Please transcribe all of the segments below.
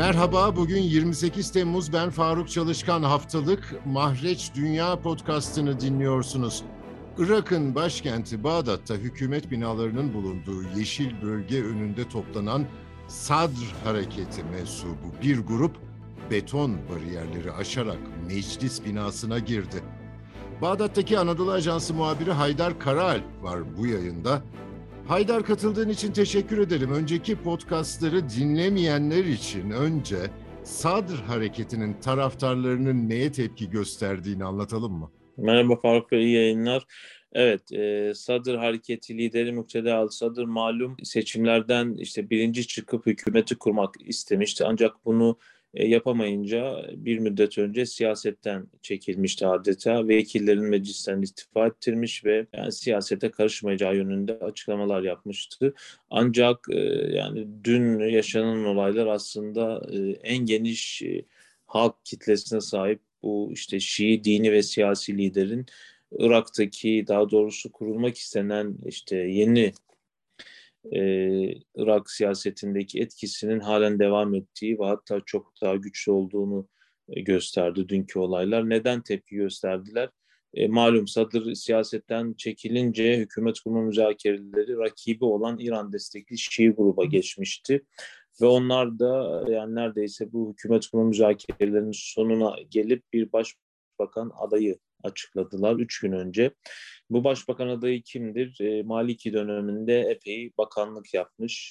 Merhaba, bugün 28 Temmuz. Ben Faruk Çalışkan. Haftalık Mahreç Dünya podcastını dinliyorsunuz. Irak'ın başkenti Bağdat'ta hükümet binalarının bulunduğu yeşil bölge önünde toplanan Sadr Hareketi mensubu bir grup beton bariyerleri aşarak meclis binasına girdi. Bağdat'taki Anadolu Ajansı muhabiri Haydar Karaalp var bu yayında. Haydar, katıldığın için teşekkür ederim. Önceki podcastları dinlemeyenler için önce Sadr Hareketi'nin taraftarlarının neye tepki gösterdiğini anlatalım mı? Merhaba Faruk Bey, iyi yayınlar. Evet, Sadr Hareketi lideri Mukteda Al-Sadr malum seçimlerden birinci çıkıp hükümeti kurmak istemişti. Ancak bunu yapamayınca bir müddet önce siyasetten çekilmişti adeta. Vekillerin meclisten istifa ettirmiş ve yani siyasete karışmayacağı yönünde açıklamalar yapmıştı. Ancak yani dün yaşanan olaylar aslında en geniş halk kitlesine sahip bu Şii dini ve siyasi liderin Irak'taki, daha doğrusu kurulmak istenen yeni Irak siyasetindeki etkisinin halen devam ettiği ve hatta çok daha güçlü olduğunu gösterdi dünkü olaylar. Neden tepki gösterdiler? Malum Sadr siyasetten çekilince hükümet kurma müzakereleri rakibi olan İran destekli Şii gruba geçmişti. Ve onlar da yani neredeyse bu hükümet kurma müzakerelerinin sonuna gelip bir başbakan adayı açıkladılar 3 gün önce. Bu başbakan adayı kimdir? Maliki döneminde epey bakanlık yapmış.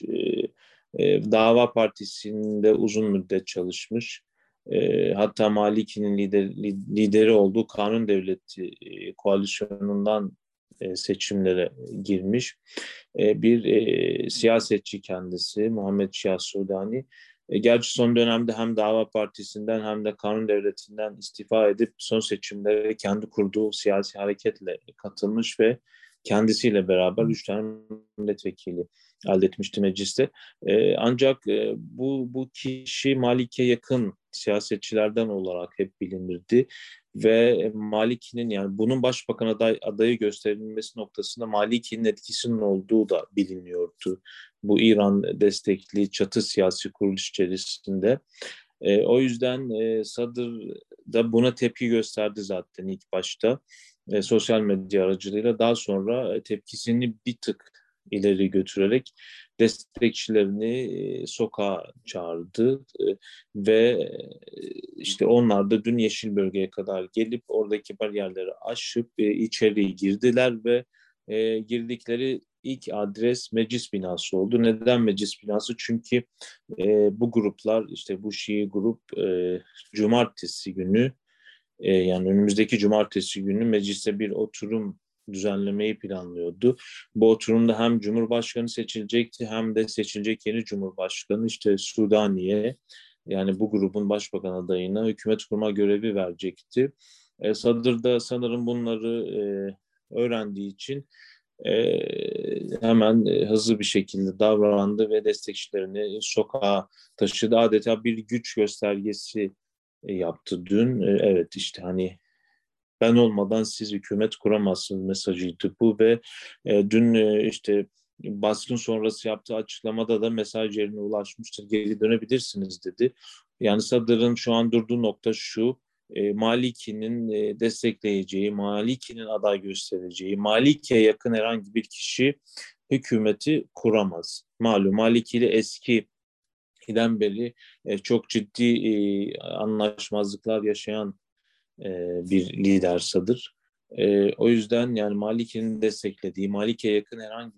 Dava Partisi'nde uzun müddet çalışmış. Hatta Maliki'nin lideri olduğu Kanun Devleti koalisyonundan seçimlere girmiş. Bir siyasetçi kendisi Muhammed Şia Sudani. Gerçi son dönemde hem Dava Partisi'nden hem de Kanun Devleti'nden istifa edip son seçimlere kendi kurduğu siyasi hareketle katılmış ve kendisiyle beraber 3 tane milletvekili elde etmişti mecliste. Ancak bu kişi Malik'e yakın siyasetçilerden olarak hep bilinirdi. Ve Maliki'nin yani bunun başbakan adayı gösterilmesi noktasında Maliki'nin etkisinin olduğu da biliniyordu. Bu İran destekli çatı siyasi kuruluş içerisinde. O yüzden Sadr da buna tepki gösterdi zaten ilk başta sosyal medya aracılığıyla. Daha sonra tepkisini bir tık ileri götürerek destekçilerini sokağa çağırdı ve onlar da dün Yeşil Bölge'ye kadar gelip oradaki bariyerleri aşıp içeri girdiler ve girdikleri ilk adres meclis binası oldu. Neden meclis binası? Çünkü bu gruplar bu Şii grup cumartesi günü yani önümüzdeki cumartesi günü mecliste bir oturum düzenlemeyi planlıyordu. Bu oturumda hem Cumhurbaşkanı seçilecekti hem de seçilecek yeni Cumhurbaşkanı Sudani'ye yani bu grubun başbakan adayına hükümet kurma görevi verecekti. Sadr da sanırım bunları öğrendiği için hemen hızlı bir şekilde davrandı ve destekçilerini sokağa taşıdı. Adeta bir güç göstergesi yaptı dün. Evet hani ben olmadan siz hükümet kuramazsınız mesajıydı bu ve dün baskın sonrası yaptığı açıklamada da mesaj yerine ulaşmıştır. Geri dönebilirsiniz dedi. Yani Sadr'ın şu an durduğu nokta şu. Maliki'nin destekleyeceği, Maliki'nin aday göstereceği, Maliki'ye yakın herhangi bir kişi hükümeti kuramaz. Malum Maliki ile eskiden beri çok ciddi anlaşmazlıklar yaşayan bir lider Sadr. O yüzden yani Maliki'nin desteklediği, Maliki'ye yakın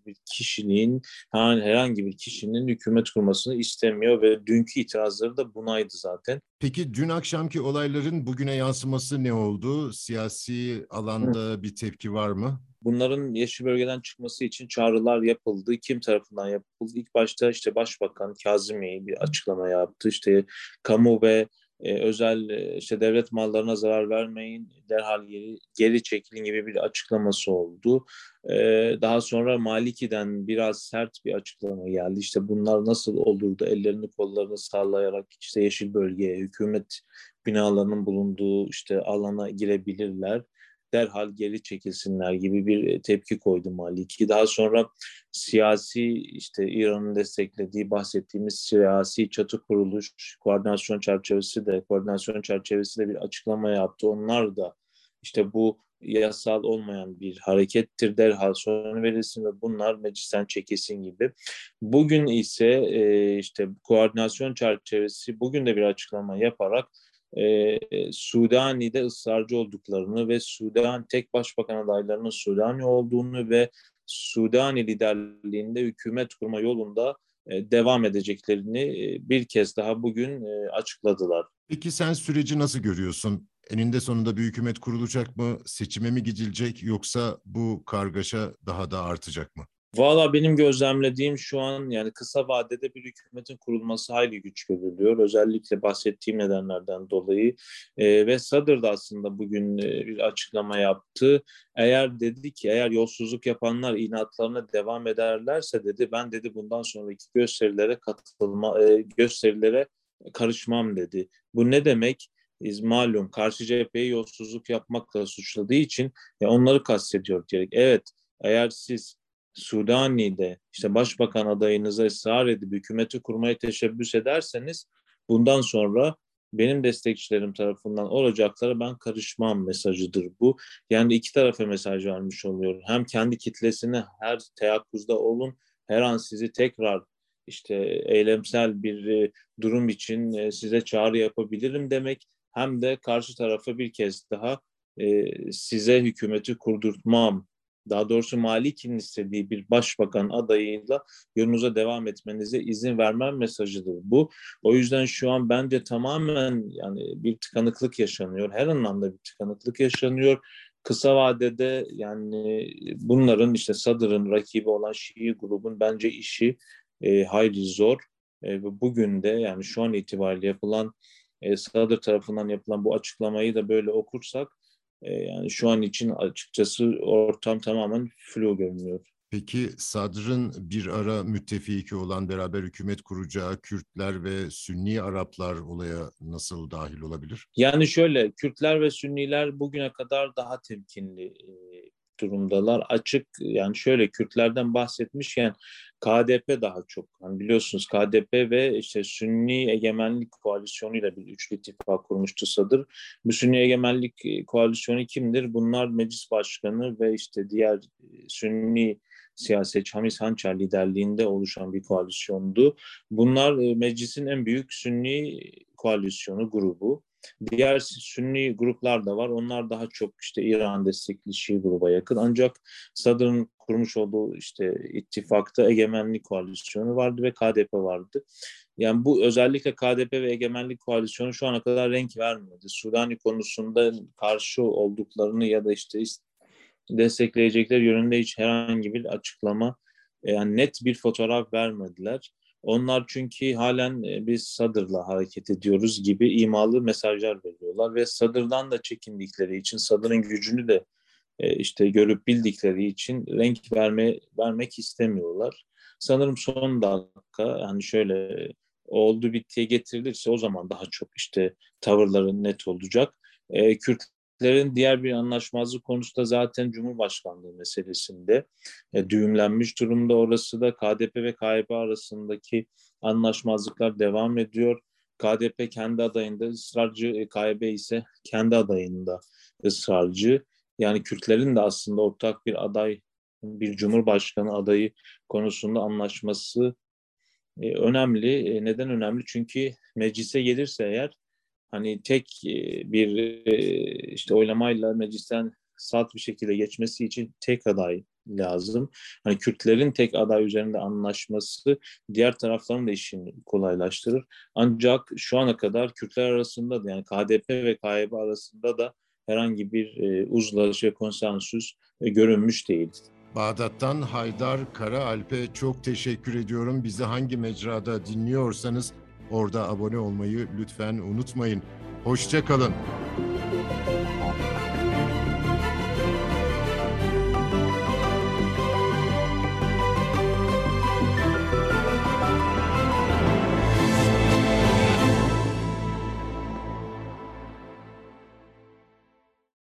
herhangi bir kişinin hükümet kurmasını istemiyor ve dünkü itirazları da bunaydı zaten. Peki dün akşamki olayların bugüne yansıması ne oldu? Siyasi alanda bir tepki var mı? Bunların yeşil bölgeden çıkması için çağrılar yapıldı. Kim tarafından yapıldı? İlk başta Başbakan Kazımi bir açıklama yaptı. Kamu ve özel devlet mallarına zarar vermeyin, derhal geri çekilin gibi bir açıklaması oldu. Daha sonra Maliki'den biraz sert bir açıklama geldi. Bunlar nasıl olur da ellerini kollarını sallayarak yeşil bölgeye, hükümet binalarının bulunduğu alana girebilirler. derhal geri çekilsinler gibi bir tepki koydu Maliki. Daha sonra siyasi işte İran'ın desteklediği bahsettiğimiz siyasi çatı kuruluş koordinasyon çerçevesi de bir açıklama yaptı. Onlar da işte bu yasal olmayan bir harekettir, derhal sona verilsin ve bunlar meclisten çekilsin gibi. Bugün ise işte koordinasyon çerçevesi bugün de bir açıklama yaparak Sudani'de ısrarcı olduklarını ve Sudan tek başbakan adaylarının Sudani olduğunu ve Sudani liderliğinde hükümet kurma yolunda devam edeceklerini bir kez daha bugün açıkladılar. Peki sen süreci nasıl görüyorsun? Eninde sonunda bir hükümet kurulacak mı? Seçime mi gidilecek yoksa bu kargaşa daha da artacak mı? Valla benim gözlemlediğim şu an yani kısa vadede bir hükümetin kurulması hayli güç görülüyor. Özellikle bahsettiğim nedenlerden dolayı ve Sadr da aslında bugün bir açıklama yaptı. Eğer yolsuzluk yapanlar inatlarına devam ederlerse dedi ben dedi bundan sonraki gösterilere karışmam dedi. Bu ne demek? Malum karşı cepheyi yolsuzluk yapmakla suçladığı için onları kastediyor diyerek. Evet, eğer siz Sudani'de işte başbakan adayınıza ısrar edip hükümeti kurmaya teşebbüs ederseniz bundan sonra benim destekçilerim tarafından olacaklara ben karışmam mesajıdır bu. Yani iki tarafa mesaj vermiş oluyor. Hem kendi kitlesine her teyakkuzda olun, her an sizi tekrar işte eylemsel bir durum için size çağrı yapabilirim demek. Hem de karşı tarafa bir kez daha size hükümeti kurdurtmam, daha doğrusu Maliki'nin istediği bir başbakan adayıyla yolunuza devam etmenize izin vermem mesajıdır bu. O yüzden şu an bence tamamen yani bir tıkanıklık yaşanıyor. Her anlamda bir tıkanıklık yaşanıyor. Kısa vadede yani bunların işte Sadr'ın rakibi olan Şii grubun bence işi hayli zor. Bugün de yani şu an itibariyle yapılan Sadr tarafından yapılan bu açıklamayı da böyle okursak yani şu an için açıkçası ortam tamamen flu görünüyor. Peki Sadr'ın bir ara müttefiki olan beraber hükümet kuracağı Kürtler ve Sünni Araplar olaya nasıl dahil olabilir? Yani şöyle Kürtler ve Sünniler bugüne kadar daha temkinli durumdalar. Açık yani şöyle Kürtlerden bahsetmişken KDP daha çok. Hani biliyorsunuz KDP ve işte Sünni Egemenlik Koalisyonu ile bir üçlü ittifak kurmuştu Sadr. Bu Sünni Egemenlik Koalisyonu kimdir? Bunlar Meclis Başkanı ve işte diğer Sünni siyasetçi Hamis Hançer liderliğinde oluşan bir koalisyondu. Bunlar meclisin en büyük Sünni koalisyonu grubu. Diğer Sünni gruplar da var. Onlar daha çok işte İran destekli Şii gruba yakın. Ancak Sadr'ın kurmuş olduğu işte ittifakta Egemenlik Koalisyonu vardı ve KDP vardı. Yani bu özellikle KDP ve Egemenlik Koalisyonu şu ana kadar renk vermedi. Sudani konusunda karşı olduklarını ya da işte destekleyecekler yönünde hiç herhangi bir açıklama, yani net bir fotoğraf vermediler. Onlar çünkü halen biz Sadr'la hareket ediyoruz gibi imalı mesajlar veriyorlar ve Sadr'dan da çekindikleri için, Sadr'ın gücünü de işte görüp bildikleri için vermek istemiyorlar. Sanırım son dakika hani şöyle oldu bittiye getirilirse o zaman daha çok işte tavırları net olacak. Kürtlerin diğer bir anlaşmazlık konusu da zaten Cumhurbaşkanlığı meselesinde düğümlenmiş durumda. Orası da KDP ve KHP arasındaki anlaşmazlıklar devam ediyor. KDP kendi adayında ısrarcı, KHP ise kendi adayında ısrarcı. Yani Kürtlerin de aslında ortak bir aday, bir cumhurbaşkanı adayı konusunda anlaşması önemli. Neden önemli? Çünkü meclise gelirse eğer hani tek bir işte oylamayla meclisten salt bir şekilde geçmesi için tek aday lazım. Hani Kürtlerin tek aday üzerinde anlaşması diğer tarafların da işini kolaylaştırır. Ancak şu ana kadar Kürtler arasında da yani KDP ve KHP arasında da herhangi bir uzlaşı ve konsensüs görünmüş değil. Bağdat'tan Haydar Karaalp'e çok teşekkür ediyorum. Bizi hangi mecrada dinliyorsanız orada abone olmayı lütfen unutmayın. Hoşça kalın.